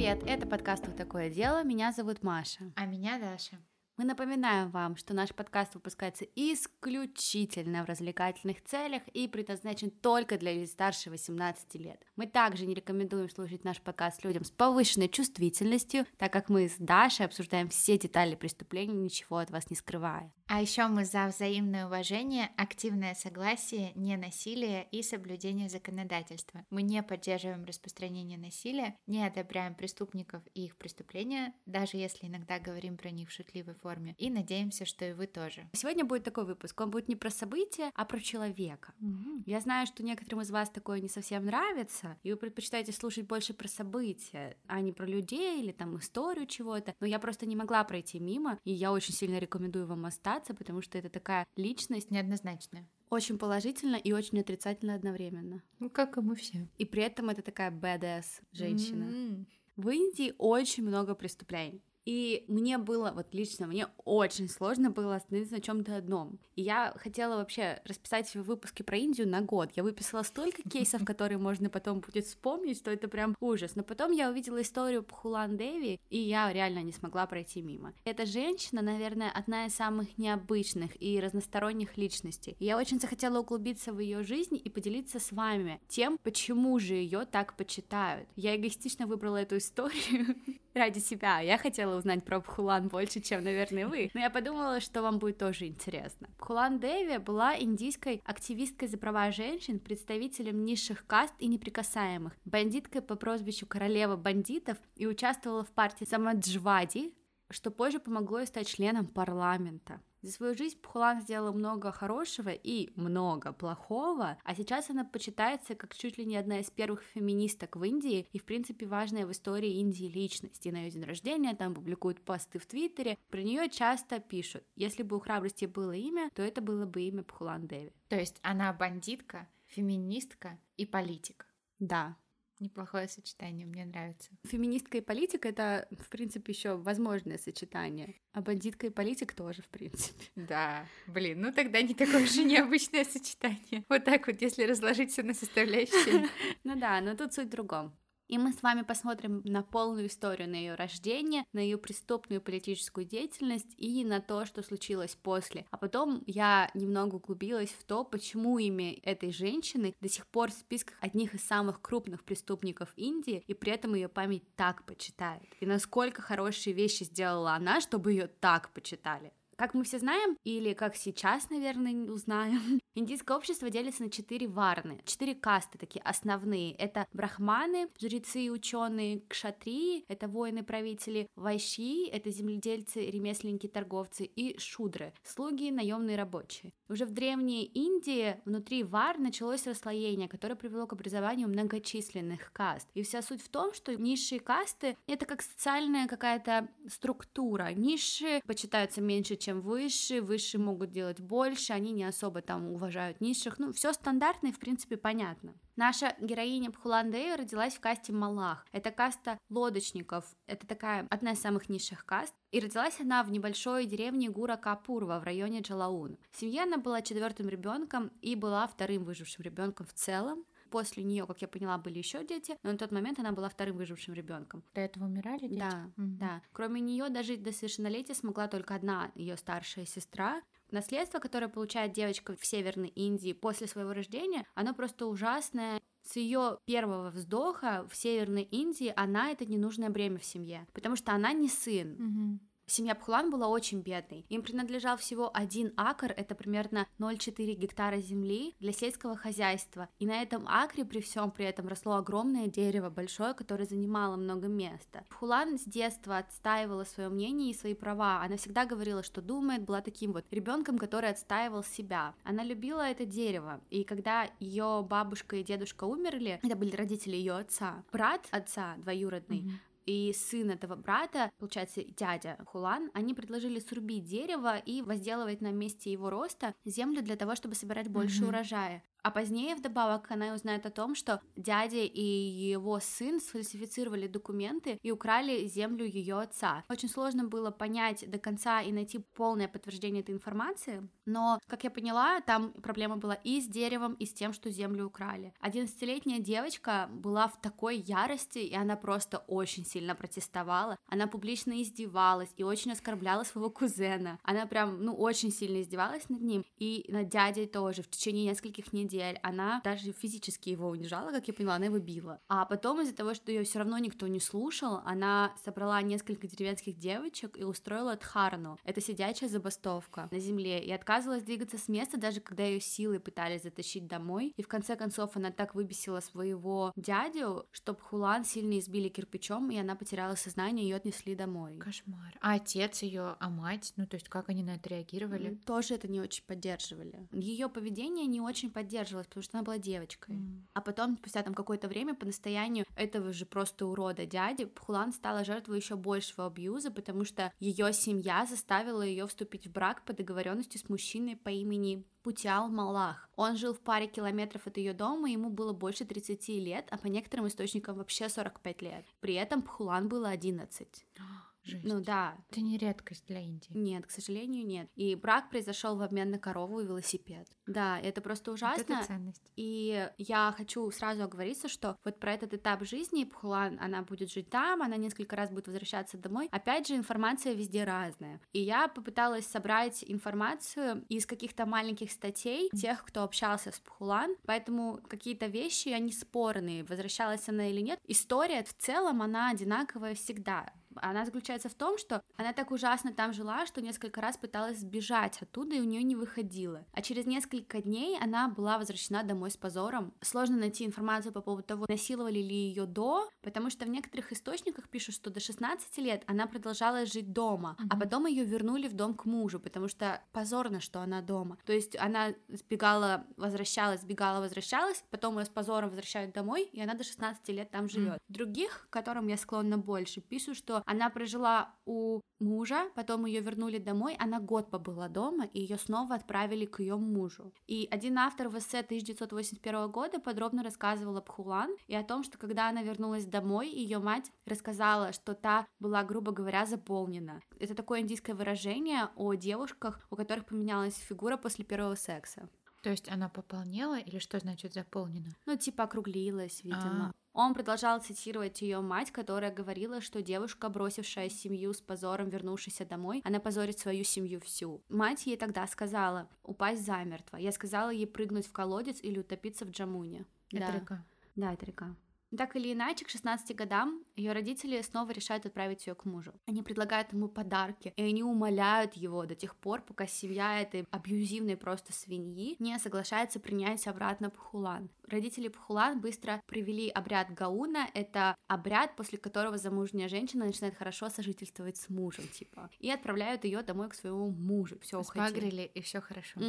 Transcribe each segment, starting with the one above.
привет! Это подкаст «Вот такое дело». Меня зовут Маша. А меня Даша. Мы напоминаем вам, что наш подкаст выпускается исключительно в развлекательных целях и предназначен только для лиц старше 18 лет. Мы также не рекомендуем слушать наш подкаст людям с повышенной чувствительностью, так как мы с Дашей обсуждаем все детали преступления, ничего от вас не скрывая. А еще мы за взаимное уважение, активное согласие, ненасилие и соблюдение законодательства. Мы не поддерживаем распространение насилия, не одобряем преступников и их преступления, даже если иногда говорим про них в шутливой форме. И надеемся, что и вы тоже. Сегодня будет такой выпуск. Он будет не про события, а про человека. Я знаю, что некоторым из вас такое не совсем нравится, и вы предпочитаете слушать больше про события, а не про людей или там историю чего-то. Но я просто не могла пройти мимо, и я очень сильно рекомендую вам остаться, потому что это такая личность неоднозначная. Очень положительно и очень отрицательно одновременно. Ну, как и мы все. И при этом это такая badass женщина. В Индии очень много преступлений. И мне очень сложно было остановиться на чем-то одном. И я хотела вообще расписать выпуски про Индию на год. Я выписала столько кейсов, которые можно потом будет вспомнить, что это прям ужас. Но потом я увидела историю Пхулан Деви, и я реально не смогла пройти мимо. Эта женщина, наверное, одна из самых необычных и разносторонних личностей. И я очень захотела углубиться в ее жизнь и поделиться с вами тем, почему же ее так почитают. Я эгоистично выбрала эту историю ради себя. Я хотела узнать про Пхулан больше, чем, наверное, вы. Но я подумала, что вам будет тоже интересно. Пхулан Деви была индийской активисткой за права женщин, представителем низших каст и неприкасаемых, бандиткой по прозвищу королева бандитов и участвовала в партии Самаджвади, что позже помогло ей стать членом парламента. За свою жизнь Пхулан сделала много хорошего и много плохого, а сейчас она почитается как чуть ли не одна из первых феминисток в Индии и, в принципе, важная в истории Индии личность. И на ее день рождения там публикуют посты в Твиттере, про нее часто пишут: если бы у храбрости было имя, то это было бы имя Пхулан Деви. То есть она бандитка, феминистка и политик. Да. Неплохое сочетание, мне нравится. Феминистка и политик — это, в принципе, еще возможное сочетание. А бандитка и политик тоже, в принципе. Да, ну тогда не такое же необычное сочетание. Вот так вот, если разложить все на составляющие. Ну да, но тут суть в другом. И мы с вами посмотрим на полную историю, на ее рождение, на ее преступную политическую деятельность и на то, что случилось после. А потом я немного углубилась в то, почему имя этой женщины до сих пор в списках одних из самых крупных преступников Индии, и при этом ее память так почитают. И насколько хорошие вещи сделала она, чтобы ее так почитали. Как мы все знаем, или как сейчас, наверное, узнаем, индийское общество делится на 4 варны, 4 касты такие основные. Это брахманы, жрецы и ученые, кшатрии, это воины-правители, вайши, это земледельцы, ремесленники, торговцы, и шудры, слуги, наемные рабочие. Уже в древней Индии внутри вар началось расслоение, которое привело к образованию многочисленных каст. И вся суть в том, что низшие касты — это как социальная какая-то структура. Низшие почитаются меньше, чем высшие, высшие могут делать больше, они не особо там уважают низших, все стандартно и в принципе понятно. Наша героиня Пхулан Деви родилась в касте Малах. Это каста лодочников, это такая одна из самых низших каст. И родилась она в небольшой деревне Гура-Капурва в районе Джалаун. В семье она была 4-м ребенком и была 2-м выжившим ребенком в целом. После нее, как я поняла, были еще дети, но на тот момент она была 2-м выжившим ребенком. До этого умирали дети? Да. Кроме нее дожить до совершеннолетия смогла только одна ее старшая сестра. Наследство, которое получает девочка в Северной Индии после своего рождения, оно просто ужасное. С ее первого вздоха в Северной Индии она — это ненужное бремя в семье, потому что она не сын. Семья Пхулан была очень бедной. Им принадлежал всего 1 акр, это примерно 0,4 гектара земли для сельского хозяйства. И на этом акре при всем при этом росло огромное дерево, большое, которое занимало много места. Пхулан с детства отстаивала свое мнение и свои права. Она всегда говорила, что думает, была таким вот ребенком, который отстаивал себя. Она любила это дерево. И когда ее бабушка и дедушка умерли, это были родители ее отца, брат отца двоюродный, и сын этого брата, получается, дядя Пхулан, они предложили срубить дерево и возделывать на месте его роста землю для того, чтобы собирать больше урожая. А позднее, вдобавок, она узнает о том, что дядя и его сын сфальсифицировали документы и украли землю ее отца. Очень сложно было понять до конца и найти полное подтверждение этой информации, но, как я поняла, там проблема была и с деревом, и с тем, что землю украли. 11-летняя девочка была в такой ярости, и она просто очень сильно протестовала. Она публично издевалась и очень оскорбляла своего кузена. Она прям, очень сильно издевалась над ним, и над дядей тоже. В течение нескольких недель она даже физически его унижала, как я поняла, она его била. А потом из-за того, что ее все равно никто не слушал, она собрала несколько деревенских девочек и устроила дхарну. Это сидячая забастовка на земле, и отказывалась двигаться с места, даже когда ее силой пытались затащить домой. И в конце концов она так выбесила своего дядю, что Пхулан сильно избили кирпичом, и она потеряла сознание, ее отнесли домой. Кошмар. А отец ее, а мать? То есть как они на это реагировали? Тоже это не очень поддерживали. Ее поведение не очень поддерживалось, потому что она была девочкой. А потом, спустя там какое-то время, по настоянию этого же просто урода дяди, Пхулан стала жертвой еще большего абьюза, потому что ее семья заставила ее вступить в брак по договоренности с мужчиной по имени Путиал Малах. Он жил в паре километров от ее дома, ему было больше 30 лет, а по некоторым источникам вообще 45 лет. При этом Пхулан было 11. Жесть. Да. Это не редкость для Индии. Нет, к сожалению, нет. И брак произошел в обмен на корову и велосипед. Да, это просто ужасно. Вот это ценность. И я хочу сразу оговориться, что вот про этот этап жизни Пхулан, она будет жить там, она несколько раз будет возвращаться домой. Опять же, информация везде разная. И я попыталась собрать информацию из каких-то маленьких статей тех, кто общался с Пхулан, поэтому какие-то вещи, они спорные, возвращалась она или нет. История в целом, она одинаковая всегда. Она заключается в том, что она так ужасно там жила, что несколько раз пыталась сбежать оттуда, и у нее не выходило. А через несколько дней она была возвращена домой с позором. Сложно найти информацию по поводу того, насиловали ли ее до, потому что в некоторых источниках пишут, что до 16 лет она продолжала жить дома, а потом ее вернули в дом к мужу, потому что позорно, что она дома. То есть она сбегала, возвращалась, сбегала, возвращалась, потом ее с позором возвращают домой, и она до 16 лет там живет. Других, к которым я склонна больше, пишут, что она прожила у мужа, потом ее вернули домой, она год побыла дома, и ее снова отправили к ее мужу. И один автор в эссе 1981 года подробно рассказывал об Пхулан и о том, что когда она вернулась домой, ее мать рассказала, что та была, грубо говоря, заполнена. Это такое индийское выражение о девушках, у которых поменялась фигура после первого секса. То есть она пополнела или что значит заполнена? Типа округлилась, видимо. Он продолжал цитировать ее мать, которая говорила, что девушка, бросившая семью с позором, вернувшаяся домой, она позорит свою семью всю. Мать ей тогда сказала упасть замертво. Я сказала ей прыгнуть в колодец или утопиться в Джамуне. Это река. Да, это река. Так или иначе, к 16 годам ее родители снова решают отправить ее к мужу. Они предлагают ему подарки, и они умоляют его до тех пор, пока семья этой абьюзивной просто свиньи не соглашается принять обратно Пхулан. Родители Пхулан быстро провели обряд Гауна, это обряд, после которого замужняя женщина начинает хорошо сожительствовать с мужем, типа, и отправляют ее домой к своему мужу. Все, спагрили, и все хорошо.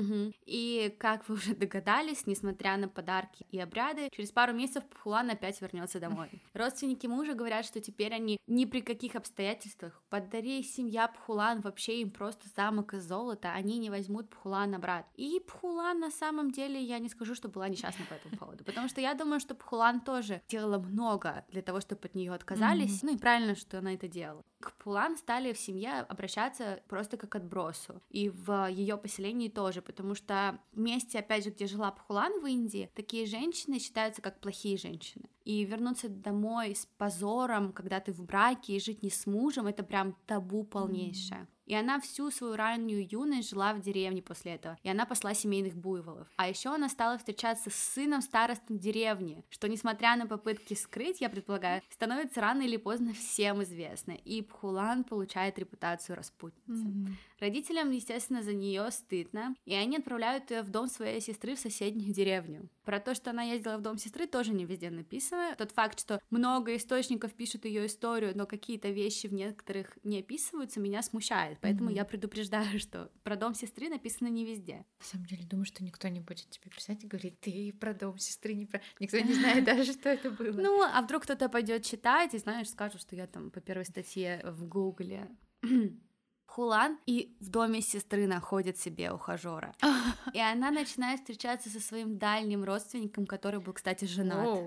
И, как вы уже догадались, несмотря на подарки и обряды, через пару месяцев Пхулан опять вернется домой. Родственники мужа говорят, что теперь они ни при каких обстоятельствах, подари семья Пхулан вообще им просто замок из золота, они не возьмут Пхулан обратно. И Пхулан на самом деле, я не скажу, что была несчастна по этому поводу, потому что я думаю, что Пхулан тоже делала много для того, чтобы от нее отказались, и правильно, что она это делала. К Пхулан стали в семье обращаться просто как к отбросу, и в ее поселении тоже, потому что в месте, опять же, где жила Пхулан в Индии, такие женщины считаются как плохие женщины. И вернуться домой с позором, когда ты в браке, и жить не с мужем, это прям табу полнейшее. И она всю свою раннюю юность жила в деревне после этого. И она пасла семейных буйволов. А еще она стала встречаться с сыном старостом деревни, что, несмотря на попытки скрыть, я предполагаю, становится рано или поздно всем известно. И Пхулан получает репутацию распутницы. Родителям, естественно, за нее стыдно, и они отправляют ее в дом своей сестры в соседнюю деревню. Про то, что она ездила в дом сестры, тоже не везде написано. Тот факт, что много источников пишут ее историю, но какие-то вещи в некоторых не описываются, меня смущает. Поэтому я предупреждаю, что про дом сестры написано не везде. На самом деле, думаю, что никто не будет тебе писать и говорить, ты про дом сестры не про... Никто не знает даже, что это было. А вдруг кто-то пойдет читать и, знаешь, скажет, что я там по первой статье в Гугле. Пхулан и в доме сестры находит себе ухажера. И она начинает встречаться со своим дальним родственником, который был, кстати, женат.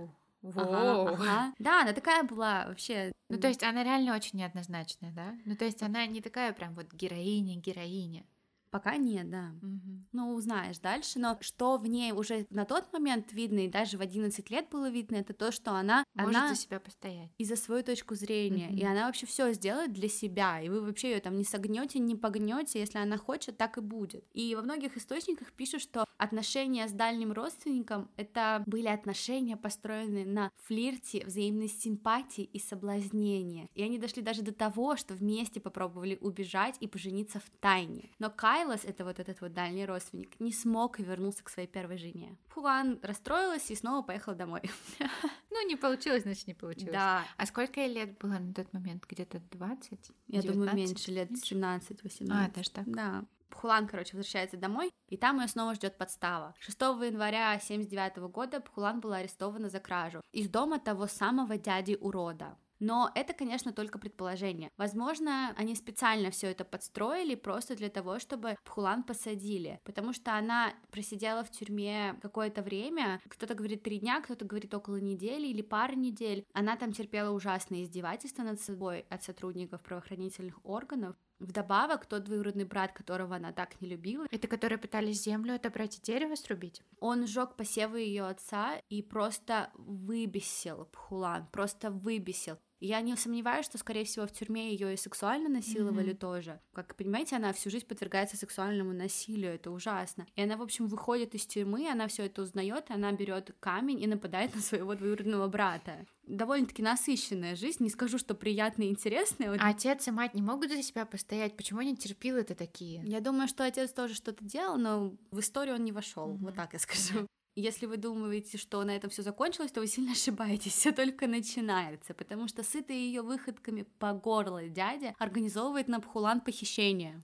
Ага. Да, она такая была вообще. Ну, то есть она реально очень неоднозначная, да? Ну, то есть она не такая прям вот героиня. Пока нет, да. Ну, узнаешь дальше. Но что в ней уже на тот момент видно, и даже в 11 лет было видно, это то, что она может за себя постоять. И за свою точку зрения. И она вообще все сделает для себя. И вы вообще ее там не согнете, не погнете. Если она хочет, так и будет. И во многих источниках пишут, что отношения с дальним родственником это были отношения, построенные на флирте, взаимной симпатии и соблазнении. И они дошли даже до того, что вместе попробовали убежать и пожениться в тайне. Но Кайлас, это вот этот вот дальний родственник, не смог и вернулся к своей первой жене. Пхулан расстроилась и снова поехала домой. Ну, не получилось, значит, не получилось. Да. А сколько ей лет было на тот момент? Где-то 20? Я думаю, меньше, лет 17-18. А, даже так? Да. Пхулан, короче, возвращается домой, и там ее снова ждет подстава. 6 января 1979 года Пхулан была арестована за кражу из дома того самого дяди-урода. Но это, конечно, только предположение. Возможно, они специально все это подстроили просто для того, чтобы Пхулан посадили, потому что она просидела в тюрьме какое-то время, кто-то говорит 3 дня, кто-то говорит около недели или пары недель. Она там терпела ужасные издевательства над собой от сотрудников правоохранительных органов. Вдобавок, тот двоюродный брат, которого она так не любила, это которые пытались землю отобрать и дерево срубить? Он сжег посевы ее отца и просто выбесил Пхулан, просто выбесил. Я не сомневаюсь, что, скорее всего, в тюрьме ее и сексуально насиловали тоже. Как понимаете, она всю жизнь подвергается сексуальному насилию, это ужасно. И она, в общем, выходит из тюрьмы, она все это узнает, и она берет камень и нападает на своего двоюродного брата. Довольно-таки насыщенная жизнь, не скажу, что приятная и интересная. А отец и мать не могут за себя постоять? Почему они терпилы-то такие? Я думаю, что отец тоже что-то делал, но в историю он не вошел, вот так я скажу. Если вы думаете, что на этом все закончилось, то вы сильно ошибаетесь, все только начинается, потому что сытый ее выходками по горло дядя организовывает на Пхулан похищение.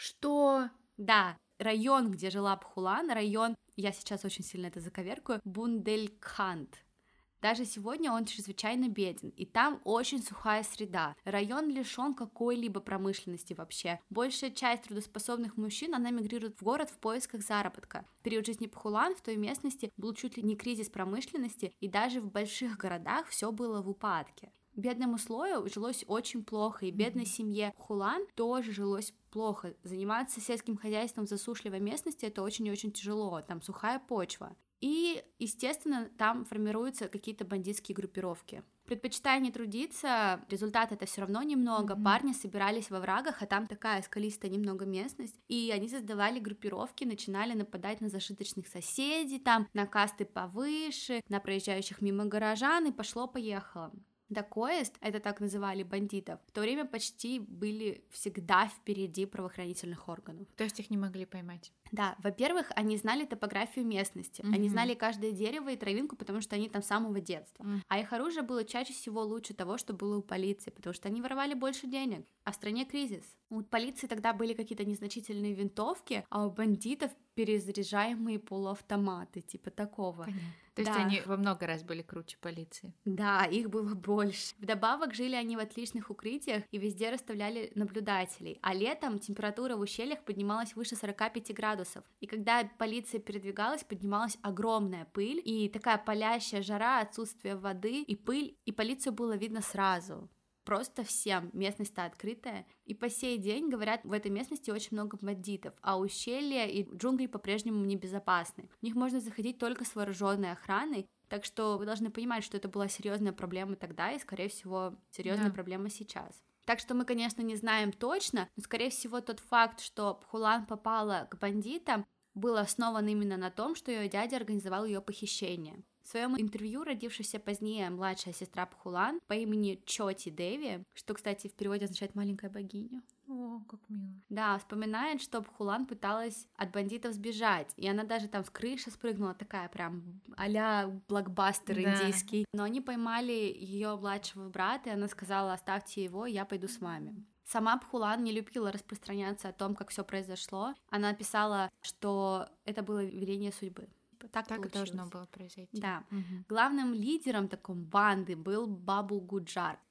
Что? Да, район, где жила Пхулан, район, я сейчас очень сильно это заковеркаю, Бунделькханд. Даже сегодня он чрезвычайно беден, и там очень сухая среда. Район лишен какой-либо промышленности вообще. Большая часть трудоспособных мужчин, она мигрирует в город в поисках заработка. В период жизни Пхулан в той местности был чуть ли не кризис промышленности, и даже в больших городах все было в упадке. Бедному слою жилось очень плохо, и бедной семье Пхулан тоже жилось плохо. Заниматься сельским хозяйством в засушливой местности это очень и очень тяжело, там сухая почва. И, естественно, там формируются какие-то бандитские группировки. Предпочитая не трудиться, результата это все равно немного. Парни собирались во врагах, а там такая скалистая немного местность, и они создавали группировки, начинали нападать на зажиточных соседей, там, на касты повыше, на проезжающих мимо горожан, и пошло-поехало. Дакоист, это так называли бандитов, в то время почти были всегда впереди правоохранительных органов. То есть их не могли поймать? Да, во-первых, они знали топографию местности, они знали каждое дерево и травинку, потому что они там с самого детства. А их оружие было чаще всего лучше того, что было у полиции, потому что они воровали больше денег, а в стране кризис. У полиции тогда были какие-то незначительные винтовки, а у бандитов перезаряжаемые полуавтоматы, типа такого. Понятно. То есть они во много раз были круче полиции. Да, их было больше. Вдобавок жили они в отличных укрытиях и везде расставляли наблюдателей. А летом температура в ущельях поднималась выше 45 градусов. И когда полиция передвигалась, поднималась огромная пыль и такая палящая жара, отсутствие воды и пыль. И полицию было видно сразу. Просто всем, местность-то открытая. И по сей день, говорят, в этой местности очень много бандитов, а ущелья и джунгли по-прежнему небезопасны. В них можно заходить только с вооруженной охраной, так что вы должны понимать, что это была серьезная проблема тогда и, скорее всего, серьезная проблема сейчас. Так что мы, конечно, не знаем точно, но, скорее всего, тот факт, что Пхулан попала к бандитам, был основан именно на том, что ее дядя организовал ее похищение. В своем интервью родившаяся позднее младшая сестра Пхулан по имени Чоти Деви, что, кстати, в переводе означает «маленькая богиня». О, как мило. Да, вспоминает, что Пхулан пыталась от бандитов сбежать, и она даже там с крыши спрыгнула, такая прям а-ля блокбастер индийский. Но они поймали ее младшего брата, и она сказала: «Оставьте его, я пойду с вами». Сама Пхулан не любила распространяться о том, как все произошло. Она писала, что это было веление судьбы. Так должно было произойти. Да. Главным лидером такой банды был Бабу Гуджар.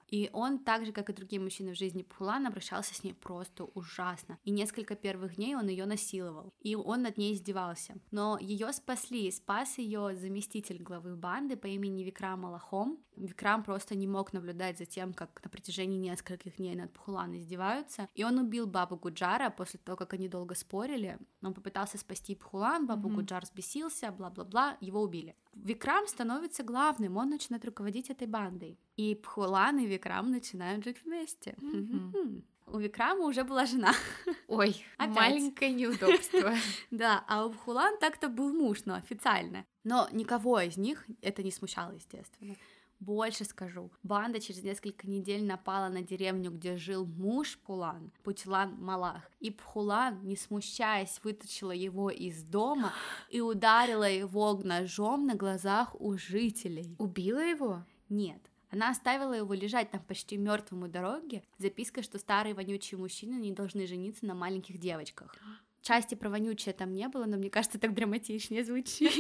И он, так же, как и другие мужчины в жизни Пхулан, обращался с ней просто ужасно. И несколько первых дней он ее насиловал, и он над ней издевался. Но ее спасли, спас ее заместитель главы банды по имени Викрам Алахом. Викрам просто не мог наблюдать за тем, как на протяжении нескольких дней над Пхулан издеваются, и он убил бабу Гуджара после того, как они долго спорили. Он попытался спасти Пхулан, бабу Гуджар взбесился, бла-бла-бла, его убили. Викрам становится главным, он начинает руководить этой бандой. И Пхулан и Викрам начинают жить вместе. У Викрама уже была жена. Ой, маленькое неудобство. Да, а у Пхулан так-то был муж, но официально. Но никого из них это не смущало, естественно. Больше скажу, банда через несколько недель напала на деревню, где жил муж Пхулан, Путилан Малах, и Пхулан, не смущаясь, вытащила его из дома и ударила его ножом на глазах у жителей. Убила его? Нет. Она оставила его лежать там почти мертвым у дороги, с запиской, что старые вонючие мужчины не должны жениться на маленьких девочках. Части про вонючее там не было, но мне кажется, так драматичнее звучит.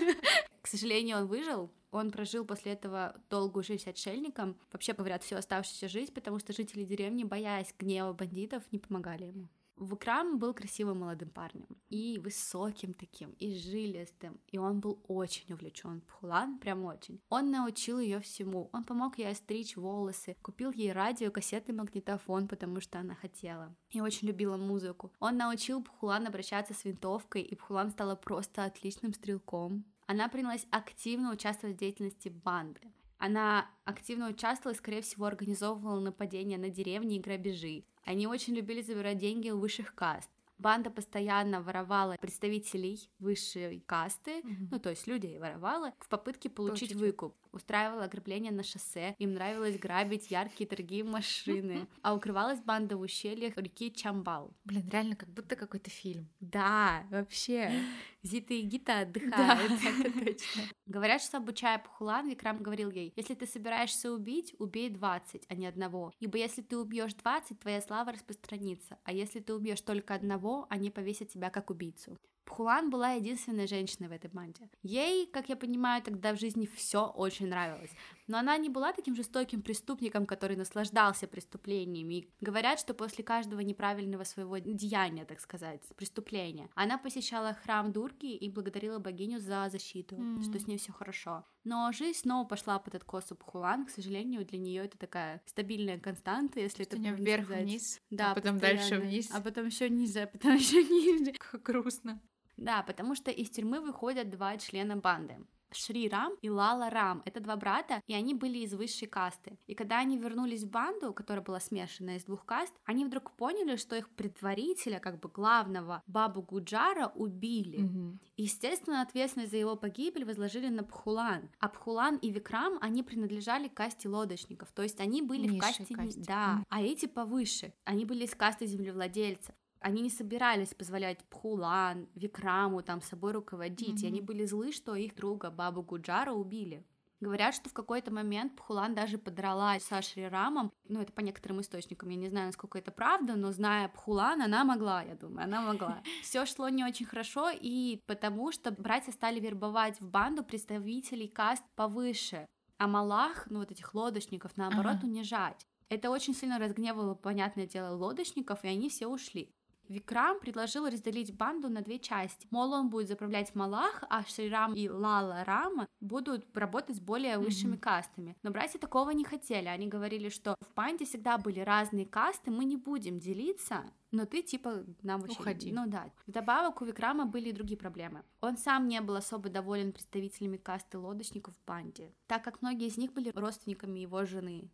К сожалению, он выжил. Он прожил после этого долгую жизнь отшельником, вообще, говорят, всю оставшуюся жизнь, потому что жители деревни, боясь гнева бандитов, не помогали ему. Викрам был красивым молодым парнем, и высоким таким, и жилистым, и он был очень увлечен Пхулан, прям очень. Он научил ее всему, он помог ей остричь волосы, купил ей радио, кассетный магнитофон, потому что она хотела, и очень любила музыку. Он научил Пхулан обращаться с винтовкой, и Пхулан стала просто отличным стрелком. Она принялась активно участвовать в деятельности банды. Она активно участвовала и, скорее всего, организовывала нападения на деревни и грабежи. Они очень любили забирать деньги у высших каст. Банда постоянно воровала представителей высшей касты, ну то есть людей воровала, в попытке получить выкуп. Устраивала ограбления на шоссе, им нравилось грабить яркие дорогие машины. А укрывалась банда в ущельях реки Чамбал. Блин, реально как будто какой-то фильм. Да, вообще. Зита и Гита отдыхают. Да, это точно. Говорят, что обучая Пхулан, Викрам говорил ей: если ты собираешься убить, убей 20, а не одного. Ибо если ты убьешь 20, твоя слава распространится. А если ты убьешь только одного, они повесят тебя как убийцу. Пхулан была единственной женщиной в этой банде. Ей, как я понимаю, тогда в жизни все очень нравилось. Но она не была таким жестоким преступником, который наслаждался преступлениями. И говорят, что после каждого неправильного своего деяния, так сказать, преступления, она посещала храм Дурги и благодарила богиню за защиту, что с ней все хорошо. Но жизнь снова пошла под откос у Пхулан. К сожалению, для нее это такая стабильная константа, если это вверх-вниз, да, а потом дальше вниз, а потом еще ниже, а потом еще ниже. Как грустно. Да, потому что из тюрьмы выходят 2 члена банды. Шри Рам и Лала Рам. Это 2 брата, и они были из высшей касты. И когда они вернулись в банду, которая была смешанная из 2 каст, они вдруг поняли, что их предварителя, как бы главного, Бабу Гуджара, убили. И, естественно, ответственность за его погибель возложили на Пхулан. А Пхулан и Викрам, они принадлежали к касте лодочников. То есть они были в касте... Да, а эти повыше. Они были из касты землевладельцев. Они не собирались позволять Пхулан, Викраму там собой руководить, и они были злы, что их друга Бабу Гуджара убили. Говорят, что в какой-то момент Пхулан даже подралась со Шри Рамом, ну это по некоторым источникам, я не знаю, насколько это правда, но зная Пхулан, она могла, я думаю, она могла. Все шло не очень хорошо, и потому что братья стали вербовать в банду представителей каст повыше, а Малах, ну вот этих лодочников, наоборот, унижать. Это очень сильно разгневало, понятное дело, лодочников, и они все ушли. Викрам предложил разделить банду на 2 части. Мол, он будет заправлять Малах, а Шри Рам и Лала Рама будут работать с более высшими кастами. Но братья такого не хотели. Они говорили, что в банде всегда были разные касты, мы не будем делиться, но ты типа нам вообще... Уходи. Ну да. Вдобавок у Викрама были и другие проблемы. Он сам не был особо доволен представителями касты лодочников в банде, так как многие из них были родственниками его жены.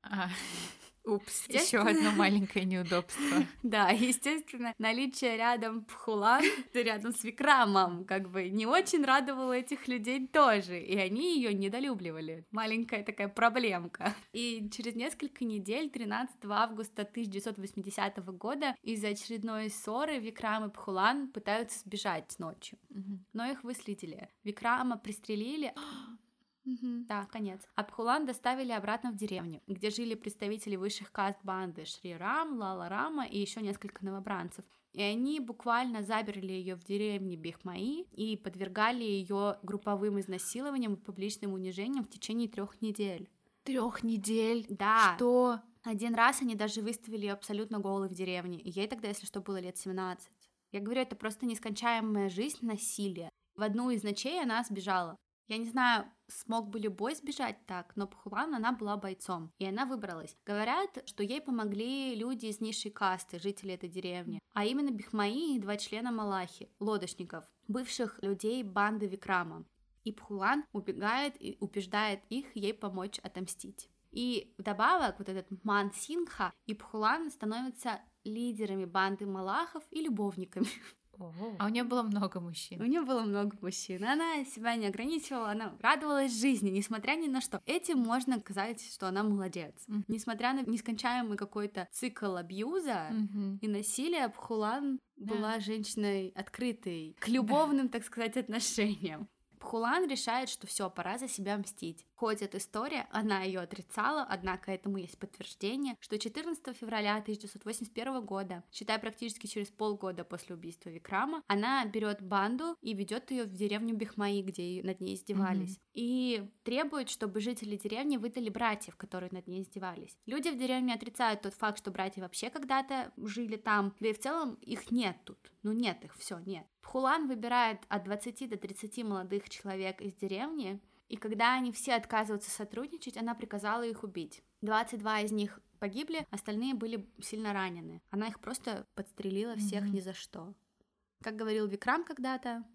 Упс, еще одно маленькое неудобство. Да, естественно, наличие рядом Пхулан, рядом с Викрамом, как бы не очень радовало этих людей тоже, и они ее недолюбливали. Маленькая такая проблемка. И через несколько недель, 13 августа 1980 года, из-за очередной ссоры Викрам и Пхулан пытаются сбежать ночью, но их выследили. Викрама пристрелили. Да, конец. А Пхулан доставили обратно в деревню, где жили представители высших каст банды Шри Рам, Лала Рама и еще несколько новобранцев. И они буквально заперли ее в деревне Бихмаи и подвергали ее групповым изнасилованиям и публичным унижениям в течение 3 недель. 3 недель? Да. Что? Один раз они даже выставили ее абсолютно голой в деревне, и ей тогда, если что, было лет 17. Я говорю, это просто нескончаемая жизнь насилия. В одну из ночей она сбежала. Я не знаю, смог бы любой сбежать так, но Пхулан, она была бойцом, и она выбралась. Говорят, что ей помогли люди из низшей касты, жители этой деревни, а именно Бихмаи и 2 члена Малахи, лодочников, бывших людей банды Викрама. И Пхулан убегает и убеждает их ей помочь отомстить. И вдобавок вот этот Ман Сингха и Пхулан становятся лидерами банды Малахов и любовниками. А у нее было много мужчин. У нее было много мужчин. Она себя не ограничивала, она радовалась жизни, несмотря ни на что. Этим можно сказать, что она молодец. Несмотря на нескончаемый какой-то цикл абьюза и насилия, Пхулан была женщиной открытой к любовным, так сказать, отношениям. Пхулан решает, что все, пора за себя мстить. Ходит история, она ее отрицала, однако этому есть подтверждение, что 14 февраля 1981 года, считая практически через полгода после убийства Викрама, она берет банду и ведет ее в деревню Бихмаи, где над ней издевались, и требует, чтобы жители деревни выдали братьев, которые над ней издевались. Люди в деревне отрицают тот факт, что братья вообще когда-то жили там, да и в целом их нет тут. Нет их, все, нет. Пхулан выбирает от 20 до 30 молодых человек из деревни, и когда они все отказываются сотрудничать, она приказала их убить. 22 из них погибли, остальные были сильно ранены. Она их просто подстрелила всех ни за что. Как говорил Викрам когда-то,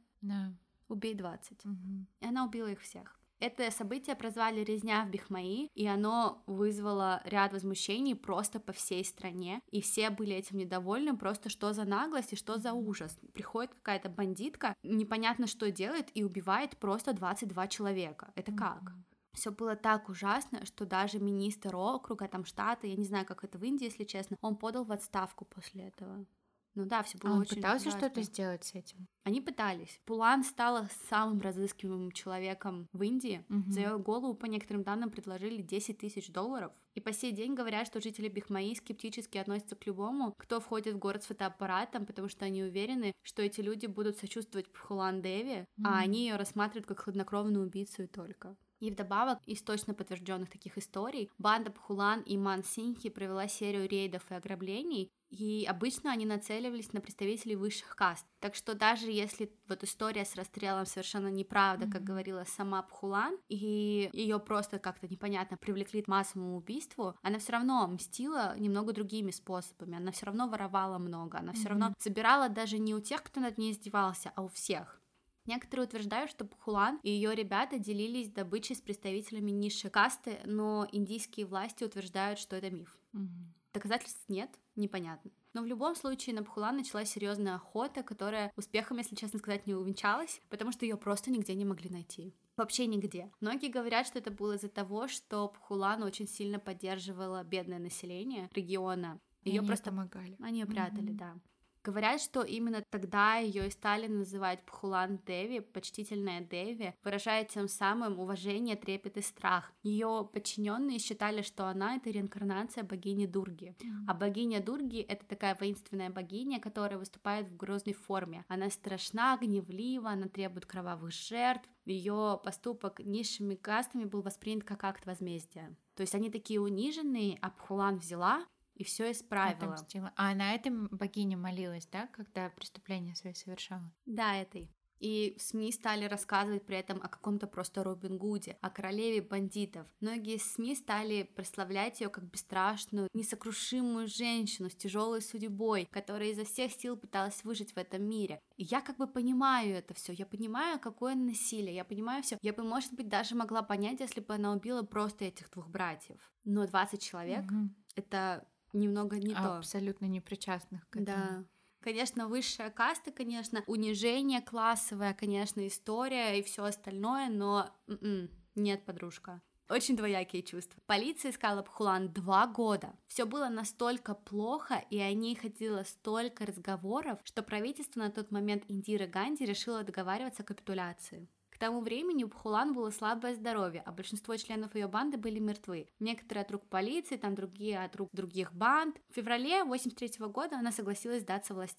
убей 20. И она убила их всех. Это событие прозвали «Резня в Бихмаи», и оно вызвало ряд возмущений просто по всей стране, и все были этим недовольны, просто что за наглость и что за ужас. Приходит какая-то бандитка, непонятно что делает, и убивает просто 22 человека. Это как? Все было так ужасно, что даже министр округа, там штата, я не знаю, как это в Индии, если честно, он подал в отставку после этого. Все было очень пытался ужасно. что-то сделать с этим? Они пытались. Пулан стала самым разыскиваемым человеком в Индии. За ее голову, по некоторым данным, предложили $10 тысяч. И по сей день говорят, что жители Бихмаи скептически относятся к любому, кто входит в город с фотоаппаратом, потому что они уверены, что эти люди будут сочувствовать Пхулан Деви, а они ее рассматривают как хладнокровную убийцу и только. И вдобавок, из точно подтвержденных таких историй, банда Пхулан и Ман Синхи провела серию рейдов и ограблений, и обычно они нацеливались на представителей высших каст. Так что даже если вот история с расстрелом совершенно неправда, как говорила сама Пхулан, и ее просто как-то непонятно привлекли к массовому убийству, она все равно мстила немного другими способами, она все равно воровала много, она все равно забирала даже не у тех, кто над ней издевался, а у всех. Некоторые утверждают, что Пхулан и ее ребята делились добычей с представителями низшей касты, но индийские власти утверждают, что это миф. Доказательств нет, непонятно. Но в любом случае на Пхулан началась серьезная охота, которая успехом, если честно сказать, не увенчалась, потому что ее просто нигде не могли найти. Вообще нигде. Многие говорят, что это было из-за того, что Пхулан очень сильно поддерживала бедное население региона. Ее просто помогали. Они ее прятали, да. Говорят, что именно тогда ее и стали называть Пхулан Деви, почтительная Деви, выражая тем самым уважение, трепет и страх. Ее подчиненные считали, что она — это реинкарнация богини Дурги. А богиня Дурги — это такая воинственная богиня, которая выступает в грозной форме. Она страшна, гневлива, она требует кровавых жертв. Ее поступок низшими кастами был воспринят как акт возмездия. То есть они такие униженные, а Пхулан взяла и все исправила. Отомстила. А на этом богиня молилась, да, когда преступление свои совершала? Да, этой. И в СМИ стали рассказывать при этом о каком-то просто Робин Гуде, о королеве бандитов. Многие СМИ стали прославлять ее как бесстрашную, несокрушимую женщину с тяжелой судьбой, которая изо всех сил пыталась выжить в этом мире. И я как бы понимаю это все, я понимаю, какое насилие, я понимаю все. Я бы, может быть, даже могла понять, если бы она убила просто этих 2 братьев. Но 20 человек — это немного не то. Абсолютно непричастных к этому. Да. Конечно, высшая каста, конечно, унижение классовое, конечно, история и все остальное, но нет, подружка. Очень двоякие чувства. Полиция искала Пхулан 2 года. Все было настолько плохо, и о ней ходило столько разговоров, что правительство на тот момент Индиры Ганди решило договариваться о капитуляции. К тому времени у Пхулан было слабое здоровье, а большинство членов ее банды были мертвы. Некоторые от рук полиции, там другие от рук других банд. В феврале 1983 года она согласилась сдаться властям.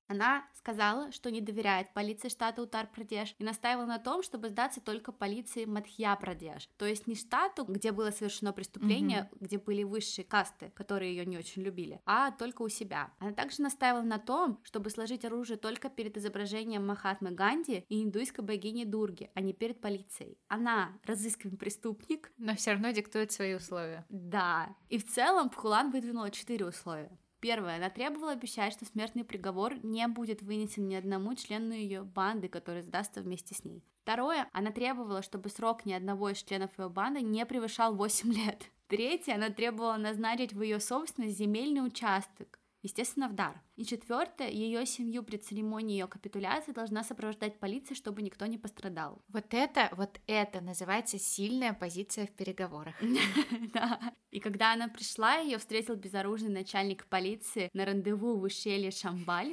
Она сказала, что не доверяет полиции штата Уттар-Прадеш и настаивала на том, чтобы сдаться только полиции Мадхья-Прадеш, то есть не штату, где было совершено преступление, где были высшие касты, которые ее не очень любили, а только у себя. Она также настаивала на том, чтобы сложить оружие только перед изображением Махатмы Ганди и индуйской богини Дурги, а не перед полицией. Она разыскиваемый преступник, но все равно диктует свои условия. Да, и в целом Пхулан выдвинула 4 условия. Первое, она требовала обещать, что смертный приговор не будет вынесен ни одному члену ее банды, который сдастся вместе с ней. Второе, она требовала, чтобы срок ни одного из членов ее банды не превышал 8 лет. Третье, она требовала назначить в ее собственность земельный участок, естественно, в дар. И четвертое, ее семью при церемонии ее капитуляции должна сопровождать полиция, чтобы никто не пострадал. Вот это называется сильная позиция в переговорах. Да. И когда она пришла, ее встретил безоружный начальник полиции на рандеву в ущелье Шамбаль.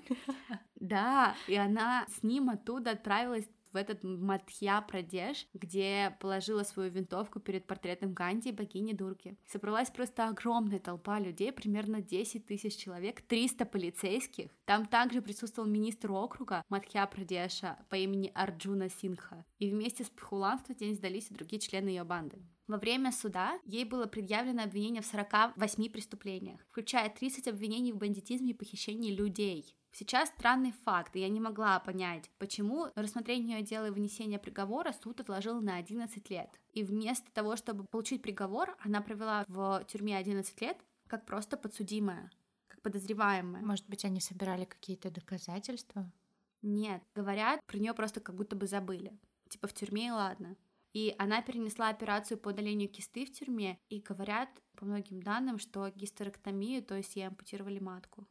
Да, и она с ним оттуда отправилась в этот Мадхья-Прадеш, где положила свою винтовку перед портретом Ганди и богини Дурги. Собралась просто огромная толпа людей, примерно 10 тысяч человек, 300 полицейских. Там также присутствовал министр округа Мадхья-Прадеша по имени Арджуна Синха. И вместе с Пхулан в тот день сдались и другие члены ее банды. Во время суда ей было предъявлено обвинение в 48 преступлениях, включая 30 обвинений в бандитизме и похищении людей. Сейчас странный факт, и я не могла понять, почему рассмотрение ее дела и вынесение приговора суд отложил на 11 лет. И вместо того, чтобы получить приговор, она провела в тюрьме 11 лет как просто подсудимая, как подозреваемая. Может быть, они собирали какие-то доказательства? Нет, говорят, про нее просто как будто бы забыли. Типа в тюрьме и ладно. И она перенесла операцию по удалению кисты в тюрьме, и говорят, по многим данным, что гистерэктомию, то есть ей ампутировали матку.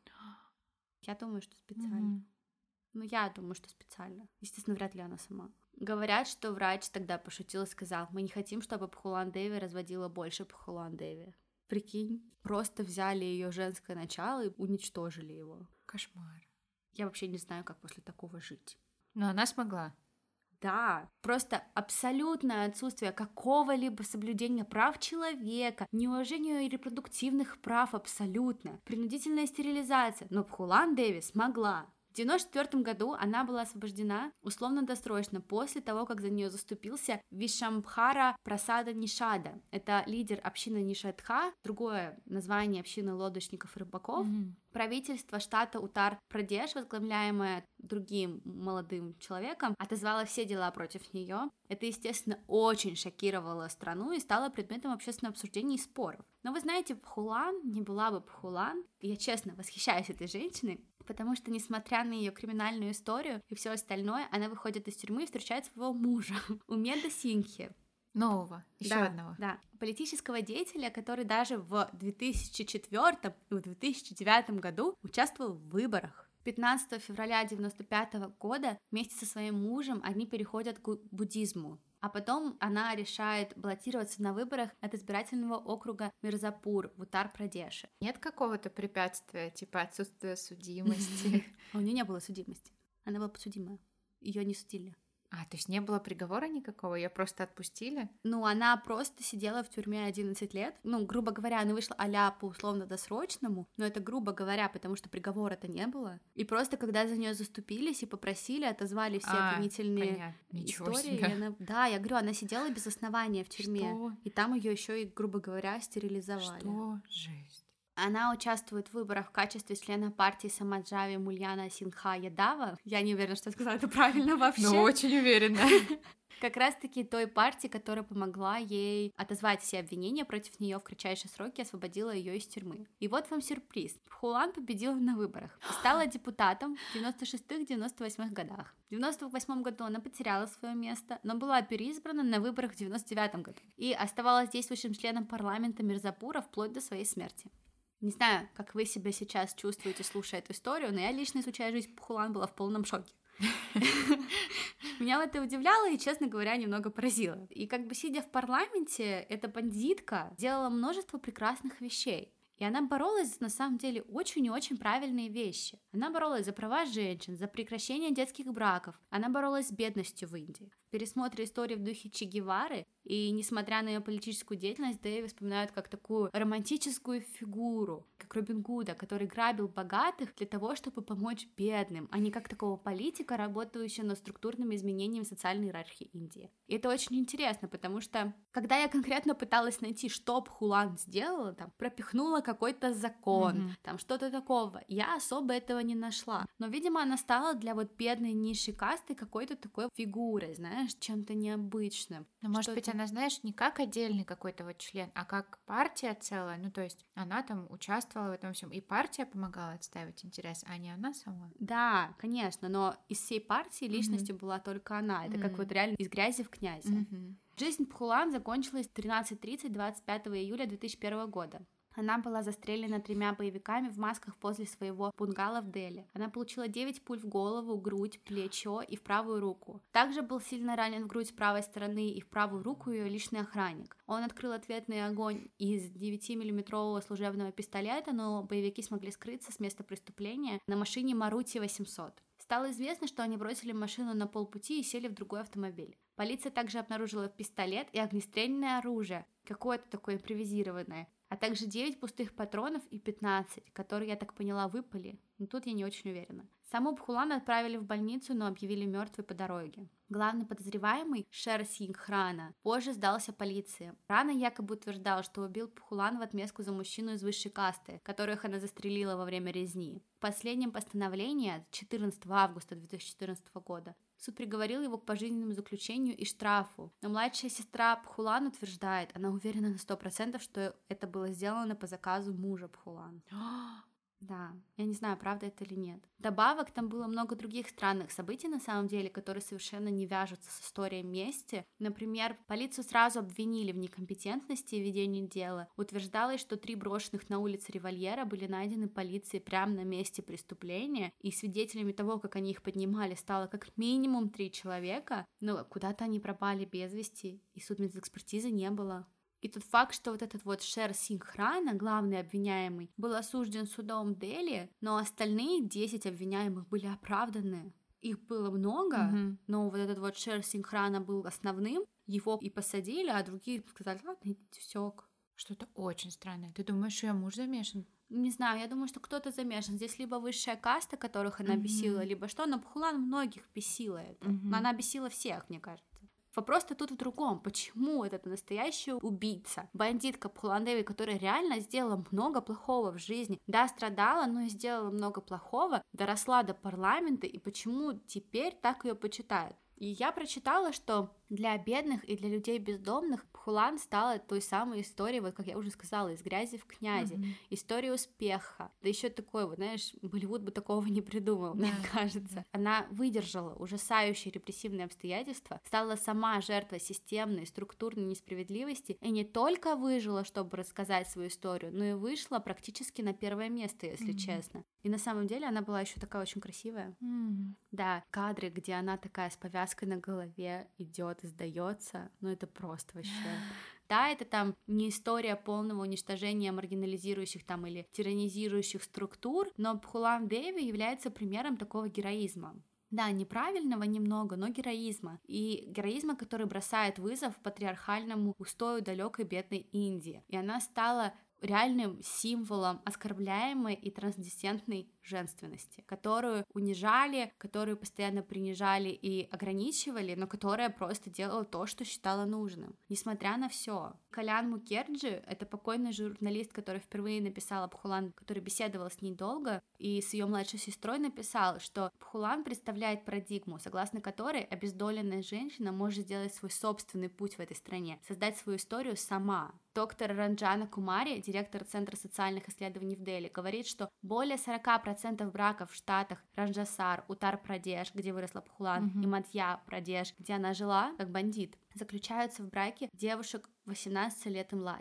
Я думаю, что специально. Ну, я думаю, что специально. Естественно, вряд ли она сама. Говорят, что врач тогда пошутил и сказал: мы не хотим, чтобы Пхулан Деви разводила больше Пхулан Деви. Прикинь, просто взяли ее женское начало и уничтожили его. Кошмар. Я вообще не знаю, как после такого жить. Но она смогла. Да, просто абсолютное отсутствие какого-либо соблюдения прав человека, неуважение репродуктивных прав абсолютно, принудительная стерилизация, но Пхулан Деви смогла. В 1994 году она была освобождена условно-досрочно после того, как за нее заступился Вишамбхара Прасада Нишада. Это лидер общины Нишадха, другое название общины лодочников и рыбаков. Правительство штата Уттар-Прадеш, возглавляемое другим молодым человеком, отозвало все дела против нее. Это, естественно, очень шокировало страну и стало предметом общественного обсуждения и споров. Но вы знаете, Пхулан не была бы Пхулан. Я честно восхищаюсь этой женщиной, потому что, несмотря на ее криминальную историю и все остальное, она выходит из тюрьмы и встречает своего мужа, Умеда Сингхи. Нового, еще одного. Да, политического деятеля, который даже в 2004 и в 2009 году участвовал в выборах. 15 февраля 1995 года вместе со своим мужем они переходят к буддизму. А потом она решает баллотироваться на выборах от избирательного округа Мирзапур в Уттар-Прадеше. Нет какого-то препятствия, типа отсутствия судимости? А у нее не было судимости. Она была подсудимая. Ее не судили. А, то есть не было приговора никакого? Ее просто отпустили? Ну, она просто сидела в тюрьме 11 лет. Ну, грубо говоря, она вышла а-ля по условно-досрочному, но это грубо говоря, потому что приговора-то не было. И просто когда за нее заступились и попросили, отозвали все обвинительные истории. Она... Да, я говорю, она сидела без основания в тюрьме. Что? И там ее еще и, грубо говоря, стерилизовали. Что? Жесть. Она участвует в выборах в качестве члена партии Самаджави Мульяна Синха Ядава. Я не уверена, что я сказала это правильно вообще. Ну, очень уверена. Как раз-таки той партии, которая помогла ей отозвать все обвинения против нее в кратчайшие сроки и освободила ее из тюрьмы. И вот вам сюрприз. Пхулан победила на выборах и стала депутатом в 96-98 годах. В 98 году она потеряла свое место, но была переизбрана на выборах в 99 году и оставалась действующим членом парламента Мирзапура вплоть до своей смерти. Не знаю, как вы себя сейчас чувствуете, слушая эту историю, но я лично, изучая жизнь Пхулан, была в полном шоке. Меня это удивляло и, честно говоря, немного поразило. И как бы сидя в парламенте, эта бандитка делала множество прекрасных вещей. И она боролась, на самом деле, очень и очень правильные вещи. Она боролась за права женщин, за прекращение детских браков. Она боролась с бедностью в Индии. пересмотре истории в духе Че Гевары, и несмотря на ее политическую деятельность, Дэви вспоминают как такую романтическую фигуру, как Робин Гуда, который грабил богатых для того, чтобы помочь бедным, а не как такого политика, работающего над структурными изменениями социальной иерархии Индии. И это очень интересно, потому что, когда я конкретно пыталась найти, что Бхулан сделала, там, пропихнула какой-то закон, там, что-то такого, я особо этого не нашла. Но, видимо, она стала для вот бедной низшей касты какой-то такой фигурой, знаешь, чем-то необычным. Но, может быть, она, знаешь, не как отдельный какой-то вот член, а как партия целая, ну, то есть она там участвовала в этом всем, и партия помогала отстаивать интерес, а не она сама. Да, конечно, но из всей партии личностью была только она, это как вот реально из грязи в князи. Жизнь Бхулан закончилась в 13:30 25 июля 2001 года. Она была застрелена 3 боевиками в масках возле своего бунгало в Дели. Она получила 9 пуль в голову, грудь, плечо и в правую руку. Также был сильно ранен в грудь с правой стороны и в правую руку ее личный охранник. Он открыл ответный огонь из 9-миллиметрового служебного пистолета, но боевики смогли скрыться с места преступления на машине Марути 800. Стало известно, что они бросили машину на полпути и сели в другой автомобиль. Полиция также обнаружила пистолет и огнестрельное оружие, какое-то такое импровизированное, а также 9 пустых патронов и 15, которые, я так поняла, выпали, но тут я не очень уверена. Саму Бхулан отправили в больницу, но объявили мертвой по дороге. Главный подозреваемый, Шер Сингх Рана, позже сдался полиции. Рана якобы утверждал, что убил Бхулан в отместку за мужчину из высшей касты, которых она застрелила во время резни. В последнем постановлении 14 августа 2014 года суд приговорил его к пожизненному заключению и штрафу. Но младшая сестра Бхулан утверждает, она уверена на 100%, что это было сделано по заказу мужа Бхулан. Да, я не знаю, правда это или нет. Добавок, там было много других странных событий, на самом деле, которые совершенно не вяжутся с историей мести. Например, полицию сразу обвинили в некомпетентности и ведении дела. Утверждалось, что 3 брошенных на улице револьвера были найдены полицией прямо на месте преступления, и свидетелями того, как они их поднимали, стало как минимум 3 человека, но куда-то они пропали без вести, и судмедэкспертизы не было. И тот факт, что вот этот вот Шер Сингх Рана, главный обвиняемый, был осужден судом Дели, но остальные 10 обвиняемых были оправданы. Их было много, но вот этот вот Шер Сингх Рана был основным, его и посадили, а другие сказали, ладно, идите, всёк. Что-то очень странное. Ты думаешь, что ее муж замешан? Не знаю, я думаю, что кто-то замешан. Здесь либо высшая каста, которых она бесила, либо что, но Бхулан многих бесила это. Но она бесила всех, мне кажется. Вопрос-то тут в другом. Почему этот настоящий убийца, бандитка Бхулан Деви, которая реально сделала много плохого в жизни, да, страдала, но и сделала много плохого, доросла до парламента, и почему теперь так ее почитают? И я прочитала, что для бедных и для людей бездомных Бхулан стала той самой историей, вот как я уже сказала, из грязи в князи, история успеха. Да еще такой, вот, знаешь, Болливуд бы такого не придумал, мне кажется. Она выдержала ужасающие репрессивные обстоятельства, стала сама жертвой системной, структурной несправедливости и не только выжила, чтобы рассказать свою историю, но и вышла практически на первое место, если честно. И на самом деле она была еще такая очень красивая. Да, кадры, где она такая с повязкой на голове идет и сдается, ну это просто вообще. Да, это там не история полного уничтожения маргинализирующих там или тиранизирующих структур, но Бхулан Деви является примером такого героизма. Да, неправильного немного, но героизма. И героизма, который бросает вызов патриархальному устою далекой бедной Индии. И она стала реальным символом оскорбляемой и трансцендентной женственности, которую унижали, которую постоянно принижали и ограничивали, но которая просто делала то, что считала нужным, несмотря на все. Калян Мукерджи — это покойный журналист, который впервые написал о Бхулан, который беседовал с ней долго, и с ее младшей сестрой написал, что Бхулан представляет парадигму, согласно которой обездоленная женщина может сделать свой собственный путь в этой стране, создать свою историю сама. Доктор Ранджана Кумари, директор Центра социальных исследований в Дели, говорит, что более 40% браков в штатах Раджасар, Утар-Прадеш, где выросла Бхулан, и Мадья-Прадеш, где она жила как бандит, заключаются в браке девушек 18 лет и младше.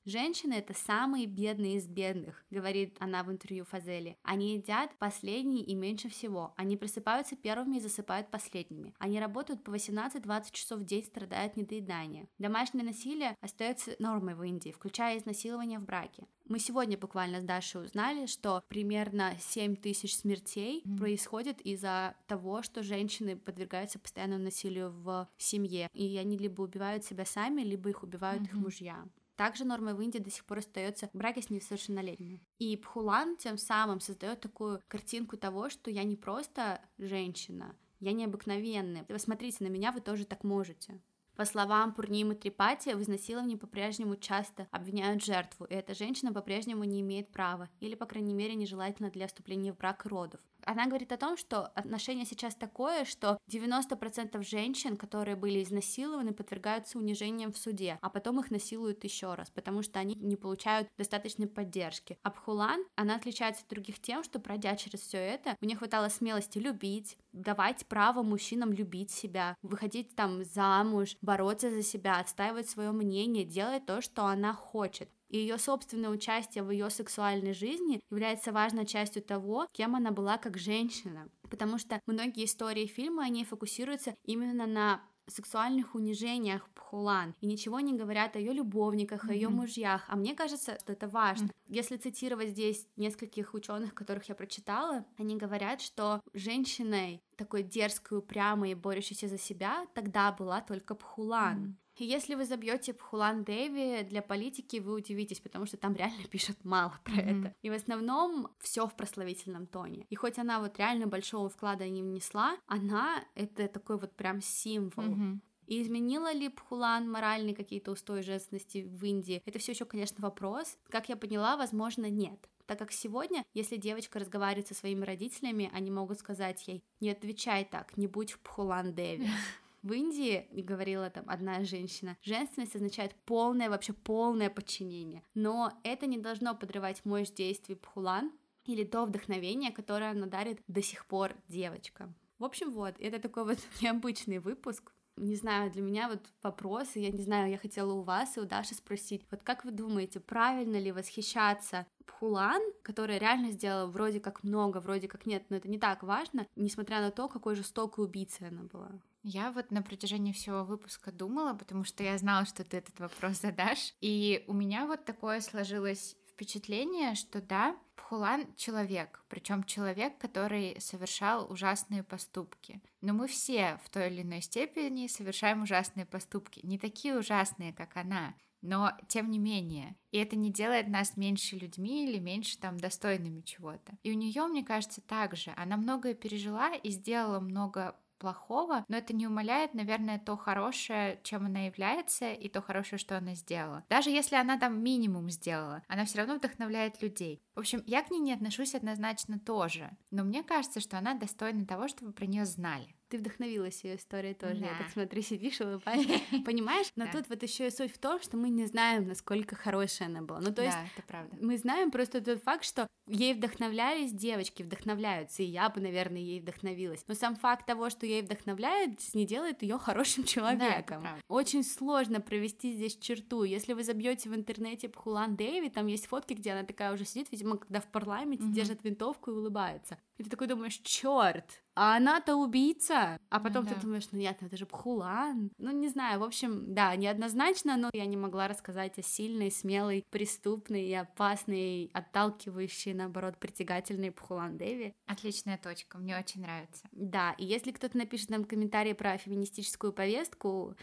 Женщины — это самые бедные из бедных, говорит она в интервью Фазели. Они едят последние и меньше всего. Они просыпаются первыми и засыпают последними. Они работают по 18-20 часов в день, страдая от недоедания. Домашнее насилие остается нормой в Индии, включая изнасилование в браке. Мы сегодня буквально с Дашей узнали, что примерно 7 тысяч смертей происходит из-за того, что женщины подвергаются постоянному насилию в семье. И они либо убивают себя сами, либо их убивают их мужья. Также нормой в Индии до сих пор остается браки с несовершеннолетними. И Бхулан тем самым создает такую картинку того, что я не просто женщина, я необыкновенная. Вы смотрите на меня, вы тоже так можете. По словам Пурнимы Трипати, в изнасиловании по-прежнему часто обвиняют жертву, и эта женщина по-прежнему не имеет права, или, по крайней мере, нежелательно для вступления в брак и родов. Она говорит о том, что отношение сейчас такое, что 90% женщин, которые были изнасилованы, подвергаются унижениям в суде, а потом их насилуют еще раз, потому что они не получают достаточной поддержки. А Бхулан, она отличается от других тем, что, пройдя через все это, у нее хватало смелости любить, давать право мужчинам любить себя, выходить там замуж, бороться за себя, отстаивать свое мнение, делать то, что она хочет. И ее собственное участие в ее сексуальной жизни является важной частью того, кем она была как женщина. Потому что многие истории фильма, они фокусируются именно на сексуальных унижениях Бхулан и ничего не говорят о ее любовниках, о ее мужьях. А мне кажется, что это важно. Если цитировать здесь нескольких ученых, которых я прочитала, они говорят, что женщиной такой дерзкой, упрямой и борющейся за себя тогда была только Бхулан. И если вы забьете Бхулан Деви для политики, вы удивитесь, потому что там реально пишут мало про это. И в основном все в прославительном тоне. И хоть она вот реально большого вклада не внесла, она это такой вот прям символ. И изменила ли Бхулан моральные какие-то устои женственности в Индии? Это все еще, конечно, вопрос. Как я поняла, возможно, нет. Так как сегодня, если девочка разговаривает со своими родителями, они могут сказать ей: не отвечай так, не будь Бхулан Деви. В Индии, говорила там одна женщина, женственность означает вообще полное подчинение. Но это не должно подрывать мощь действий Бхулан или то вдохновение, которое она дарит до сих пор девочкам. В общем, вот, это такой вот необычный выпуск. Не знаю, для меня вот вопросы, я не знаю, я хотела у вас и у Даши спросить, вот как вы думаете, правильно ли восхищаться Бхулан, которая реально сделала вроде как много, вроде как нет, но это не так важно, несмотря на то, какой жестокой убийцей она была? Я вот на протяжении всего выпуска думала, потому что я знала, что ты этот вопрос задашь, и у меня вот такое сложилось впечатление, что да, Бхулан человек, причем человек, который совершал ужасные поступки. Но мы все в той или иной степени совершаем ужасные поступки, не такие ужасные, как она, но тем не менее. И это не делает нас меньше людьми или меньше там достойными чего-то. И у нее, мне кажется, так же. Она многое пережила и сделала много плохого, но это не умаляет, наверное, то хорошее, чем она является, и то хорошее, что она сделала. Даже если она там минимум сделала, она все равно вдохновляет людей. В общем, я к ней не отношусь однозначно тоже, но мне кажется, что она достойна того, чтобы про нее знали. Ты вдохновилась ее историей тоже. Да. Я так смотрю, сидишь, улыбаешься. Понимаешь? Но тут вот еще и суть в том, что мы не знаем, насколько хорошая она была. Ну, то есть, это правда. Мы знаем просто тот факт, что ей вдохновлялись девочки, вдохновляются, и я бы, наверное, ей вдохновилась. Но сам факт того, что ей вдохновляют, не делает ее хорошим человеком. Да, очень сложно провести здесь черту. Если вы забьете в интернете Бхулан Деви, там есть фотки, где она такая уже сидит, видимо, когда в парламенте держит винтовку и улыбается. И ты такой думаешь: черт, а она-то убийца. А потом ты думаешь: ну нет, это же Бхулан. Ну не знаю, в общем, да, неоднозначно, но я не могла рассказать о сильной, смелой, преступной и опасной, отталкивающей, наоборот, притягательной Бхулан Деви. Отличная точка, мне очень нравится. Да, и если кто-то напишет нам комментарий про феминистическую повестку,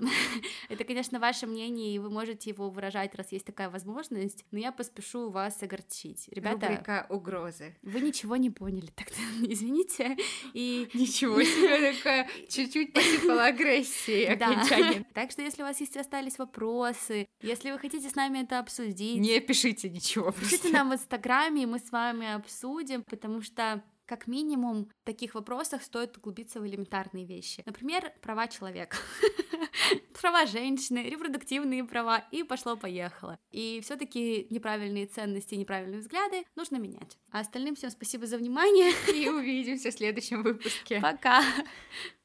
это, конечно, ваше мнение, и вы можете его выражать, раз есть такая возможность, но я поспешу вас огорчить. Ребята, рубрика угрозы. Вы ничего не поняли, тогда извините. И ничего себе, такая чуть-чуть посыпала агрессии окончание. Так что если у вас остались вопросы, если вы хотите с нами это обсудить, не пишите ничего. Пишите нам в Инстаграме, и мы с вами обсудим, потому что как минимум в таких вопросах стоит углубиться в элементарные вещи. Например, права человека, права женщины, репродуктивные права, и пошло-поехало. И все-таки неправильные ценности, неправильные взгляды нужно менять. А остальным всем спасибо за внимание. И увидимся в следующем выпуске. Пока!